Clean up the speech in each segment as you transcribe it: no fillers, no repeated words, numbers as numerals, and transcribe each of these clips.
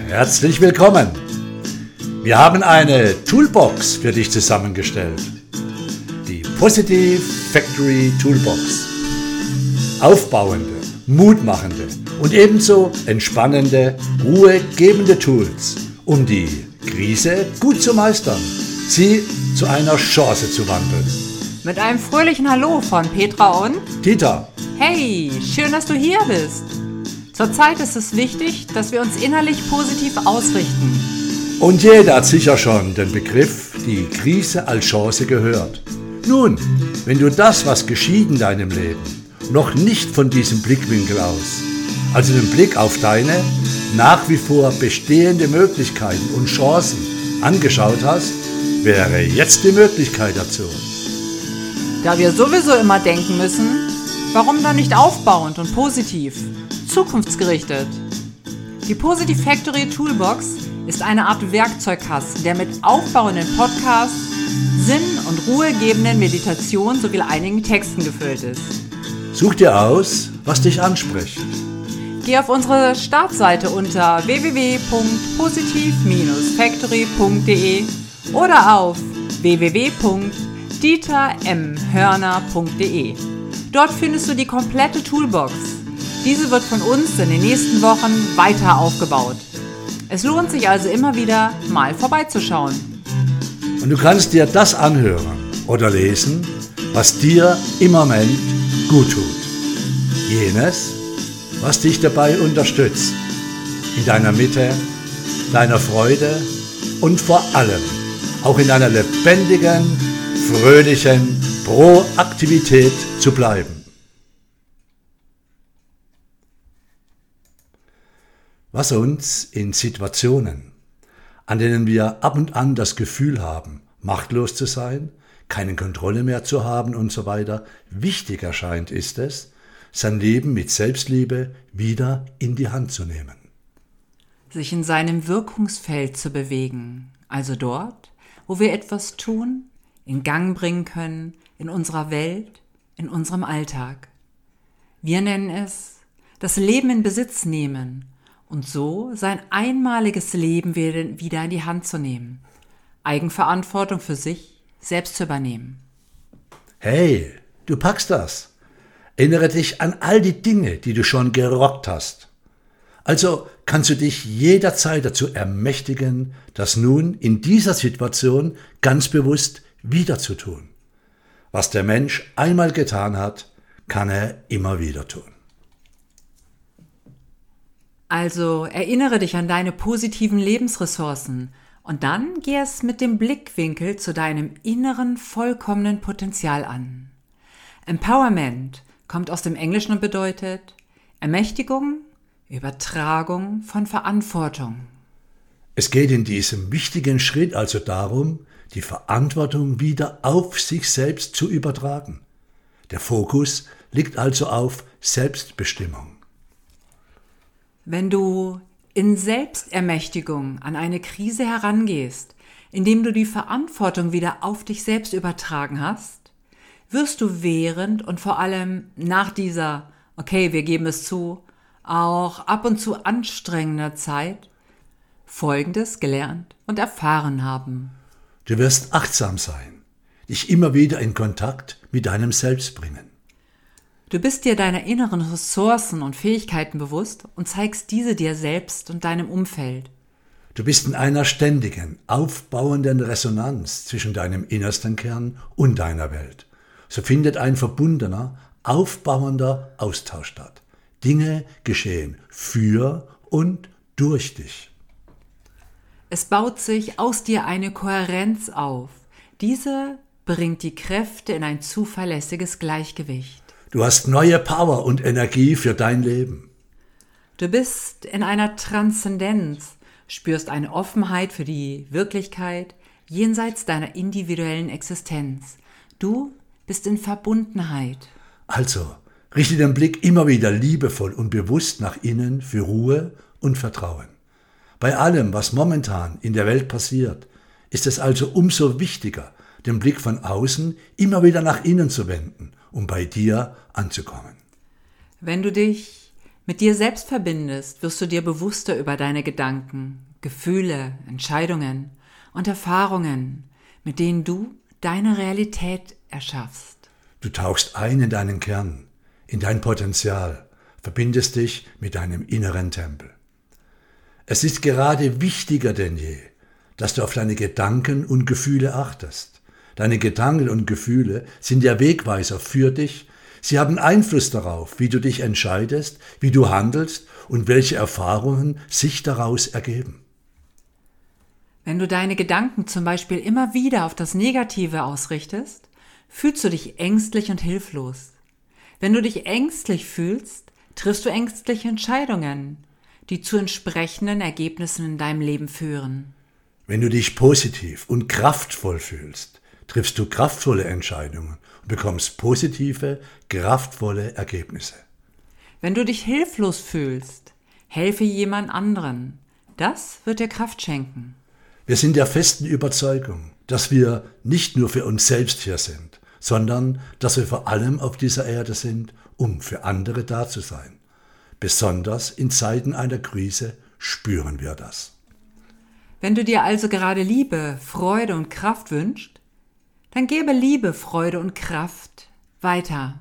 Herzlich willkommen! Wir haben eine Toolbox für dich zusammengestellt. Die Positive Factory Toolbox. Aufbauende, mutmachende und ebenso entspannende, ruhegebende Tools, um die Krise gut zu meistern, sie zu einer Chance zu wandeln. Mit einem fröhlichen Hallo von Petra und Dieter. Hey, schön, dass du hier bist. Zurzeit ist es wichtig, dass wir uns innerlich positiv ausrichten. Und jeder hat sicher schon den Begriff die Krise als Chance gehört. Nun, wenn du das, was geschieht in deinem Leben, noch nicht von diesem Blickwinkel aus, also den Blick auf deine nach wie vor bestehende Möglichkeiten und Chancen angeschaut hast, wäre jetzt die Möglichkeit dazu. Da wir sowieso immer denken müssen, warum dann nicht aufbauend und positiv, zukunftsgerichtet? Die Positive Factory Toolbox ist eine Art Werkzeugkasten, der mit aufbauenden Podcasts, Sinn- und ruhegebenden Meditationen sowie einigen Texten gefüllt ist. Such dir aus, was dich anspricht. Geh auf unsere Startseite unter www.positiv-factory.de oder auf www.dietermhörner.de. Dort findest du die komplette Toolbox. Diese wird von uns in den nächsten Wochen weiter aufgebaut. Es lohnt sich also immer wieder, mal vorbeizuschauen. Und du kannst dir das anhören oder lesen, was dir im Moment gut tut. Jenes, was dich dabei unterstützt. In deiner Mitte, deiner Freude und vor allem auch in einer lebendigen, fröhlichen Proaktivität zu bleiben. Was uns in Situationen, an denen wir ab und an das Gefühl haben, machtlos zu sein, keine Kontrolle mehr zu haben und so weiter, wichtig erscheint, ist es, sein Leben mit Selbstliebe wieder in die Hand zu nehmen. Sich in seinem Wirkungsfeld zu bewegen, also dort, wo wir etwas tun, in Gang bringen können, in unserer Welt, in unserem Alltag. Wir nennen es das Leben in Besitz nehmen und so sein einmaliges Leben wieder in die Hand zu nehmen. Eigenverantwortung für sich selbst zu übernehmen. Hey, du packst das. Erinnere dich an all die Dinge, die du schon gerockt hast. Also kannst du dich jederzeit dazu ermächtigen, das nun in dieser Situation ganz bewusst wieder zu tun. Was der Mensch einmal getan hat, kann er immer wieder tun. Also erinnere dich an deine positiven Lebensressourcen und dann geh es mit dem Blickwinkel zu deinem inneren, vollkommenen Potenzial an. Empowerment kommt aus dem Englischen und bedeutet Ermächtigung, Übertragung von Verantwortung. Es geht in diesem wichtigen Schritt also darum, die Verantwortung wieder auf sich selbst zu übertragen. Der Fokus liegt also auf Selbstbestimmung. Wenn du in Selbstermächtigung an eine Krise herangehst, indem du die Verantwortung wieder auf dich selbst übertragen hast, wirst du während und vor allem nach dieser, okay, wir geben es zu, auch ab und zu anstrengender Zeit Folgendes gelernt und erfahren haben. Du wirst achtsam sein, dich immer wieder in Kontakt mit deinem Selbst bringen. Du bist dir deiner inneren Ressourcen und Fähigkeiten bewusst und zeigst diese dir selbst und deinem Umfeld. Du bist in einer ständigen, aufbauenden Resonanz zwischen deinem innersten Kern und deiner Welt. So findet ein verbundener, aufbauender Austausch statt. Dinge geschehen für und durch dich. Es baut sich aus dir eine Kohärenz auf. Diese bringt die Kräfte in ein zuverlässiges Gleichgewicht. Du hast neue Power und Energie für dein Leben. Du bist in einer Transzendenz, spürst eine Offenheit für die Wirklichkeit jenseits deiner individuellen Existenz. Du bist in Verbundenheit. Also, richte den Blick immer wieder liebevoll und bewusst nach innen für Ruhe und Vertrauen. Bei allem, was momentan in der Welt passiert, ist es also umso wichtiger, den Blick von außen immer wieder nach innen zu wenden, um bei dir anzukommen. Wenn du dich mit dir selbst verbindest, wirst du dir bewusster über deine Gedanken, Gefühle, Entscheidungen und Erfahrungen, mit denen du deine Realität erschaffst. Du tauchst ein in deinen Kern, in dein Potenzial, verbindest dich mit deinem inneren Tempel. Es ist gerade wichtiger denn je, dass du auf deine Gedanken und Gefühle achtest. Deine Gedanken und Gefühle sind der Wegweiser für dich. Sie haben Einfluss darauf, wie du dich entscheidest, wie du handelst und welche Erfahrungen sich daraus ergeben. Wenn du deine Gedanken zum Beispiel immer wieder auf das Negative ausrichtest, fühlst du dich ängstlich und hilflos. Wenn du dich ängstlich fühlst, triffst du ängstliche Entscheidungen, die zu entsprechenden Ergebnissen in deinem Leben führen. Wenn du dich positiv und kraftvoll fühlst, triffst du kraftvolle Entscheidungen und bekommst positive, kraftvolle Ergebnisse. Wenn du dich hilflos fühlst, helfe jemand anderen. Das wird dir Kraft schenken. Wir sind der festen Überzeugung, dass wir nicht nur für uns selbst hier sind, sondern dass wir vor allem auf dieser Erde sind, um für andere da zu sein. Besonders in Zeiten einer Krise spüren wir das. Wenn du dir also gerade Liebe, Freude und Kraft wünschst, dann gebe Liebe, Freude und Kraft weiter.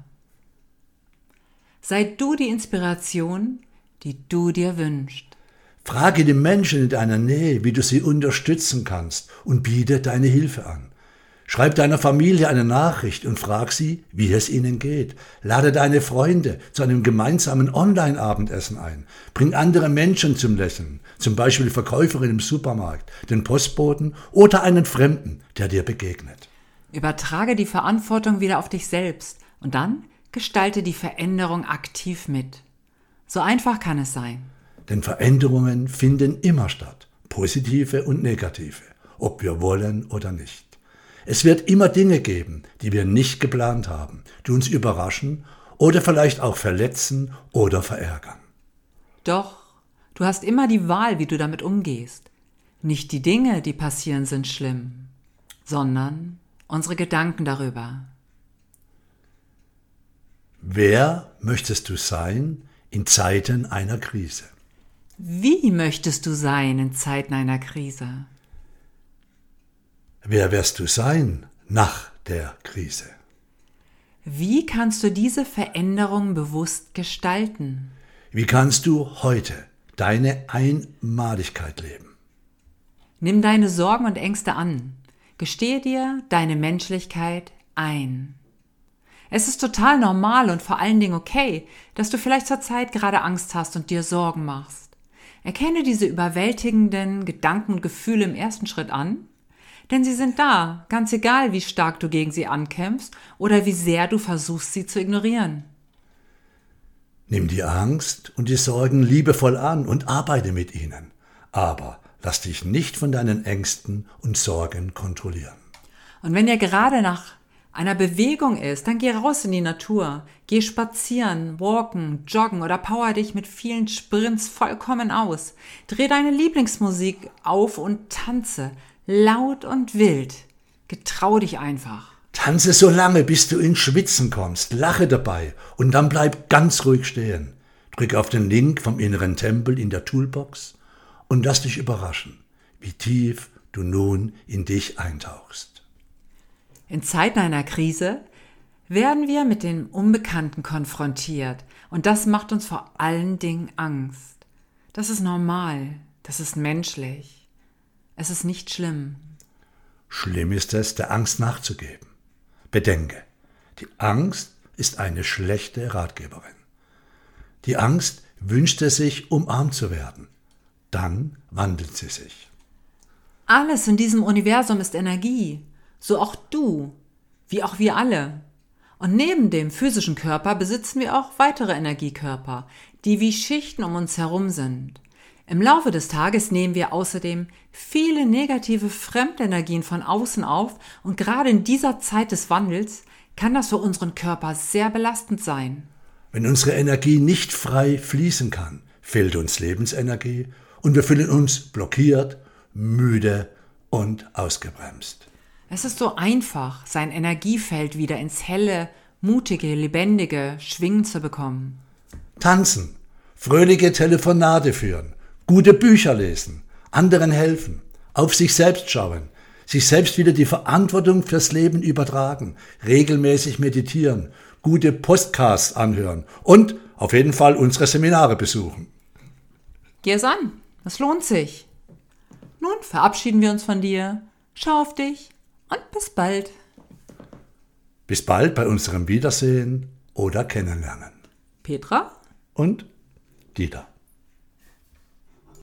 Sei du die Inspiration, die du dir wünschst. Frage die Menschen in deiner Nähe, wie du sie unterstützen kannst und biete deine Hilfe an. Schreib deiner Familie eine Nachricht und frag sie, wie es ihnen geht. Lade deine Freunde zu einem gemeinsamen Online-Abendessen ein. Bring andere Menschen zum Lächeln, zum Beispiel die Verkäuferin im Supermarkt, den Postboten oder einen Fremden, der dir begegnet. Übertrage die Verantwortung wieder auf dich selbst und dann gestalte die Veränderung aktiv mit. So einfach kann es sein. Denn Veränderungen finden immer statt, positive und negative, ob wir wollen oder nicht. Es wird immer Dinge geben, die wir nicht geplant haben, die uns überraschen oder vielleicht auch verletzen oder verärgern. Doch, du hast immer die Wahl, wie du damit umgehst. Nicht die Dinge, die passieren, sind schlimm, sondern unsere Gedanken darüber. Wer möchtest du sein in Zeiten einer Krise? Wie möchtest du sein in Zeiten einer Krise? Wer wirst du sein nach der Krise? Wie kannst du diese Veränderung bewusst gestalten? Wie kannst du heute deine Einmaligkeit leben? Nimm deine Sorgen und Ängste an. Gestehe dir deine Menschlichkeit ein. Es ist total normal und vor allen Dingen okay, dass du vielleicht zur Zeit gerade Angst hast und dir Sorgen machst. Erkenne diese überwältigenden Gedanken und Gefühle im ersten Schritt an, denn sie sind da, ganz egal, wie stark du gegen sie ankämpfst oder wie sehr du versuchst, sie zu ignorieren. Nimm die Angst und die Sorgen liebevoll an und arbeite mit ihnen, aber lass dich nicht von deinen Ängsten und Sorgen kontrollieren. Und wenn dir gerade nach einer Bewegung ist, dann geh raus in die Natur, geh spazieren, walken, joggen oder power dich mit vielen Sprints vollkommen aus. Dreh deine Lieblingsmusik auf und tanze, laut und wild. Getrau dich einfach. Tanze so lange, bis du ins Schwitzen kommst, lache dabei und dann bleib ganz ruhig stehen. Drück auf den Link vom inneren Tempel in der Toolbox und lass dich überraschen, wie tief du nun in dich eintauchst. In Zeiten einer Krise werden wir mit dem Unbekannten konfrontiert und das macht uns vor allen Dingen Angst. Das ist normal, das ist menschlich, es ist nicht schlimm. Schlimm ist es, der Angst nachzugeben. Bedenke, die Angst ist eine schlechte Ratgeberin. Die Angst wünschte sich, umarmt zu werden. Dann wandelt sie sich. Alles in diesem Universum ist Energie. So auch du, wie auch wir alle. Und neben dem physischen Körper besitzen wir auch weitere Energiekörper, die wie Schichten um uns herum sind. Im Laufe des Tages nehmen wir außerdem viele negative Fremdenergien von außen auf und gerade in dieser Zeit des Wandels kann das für unseren Körper sehr belastend sein. Wenn unsere Energie nicht frei fließen kann, fehlt uns Lebensenergie und wir fühlen uns blockiert, müde und ausgebremst. Es ist so einfach, sein Energiefeld wieder ins helle, mutige, lebendige Schwingen zu bekommen. Tanzen, fröhliche Telefonate führen, gute Bücher lesen, anderen helfen, auf sich selbst schauen, sich selbst wieder die Verantwortung fürs Leben übertragen, regelmäßig meditieren, gute Podcasts anhören und auf jeden Fall unsere Seminare besuchen. Geh es an, es lohnt sich. Nun verabschieden wir uns von dir. Schau auf dich und bis bald. Bis bald bei unserem Wiedersehen oder Kennenlernen. Petra Und Dieter.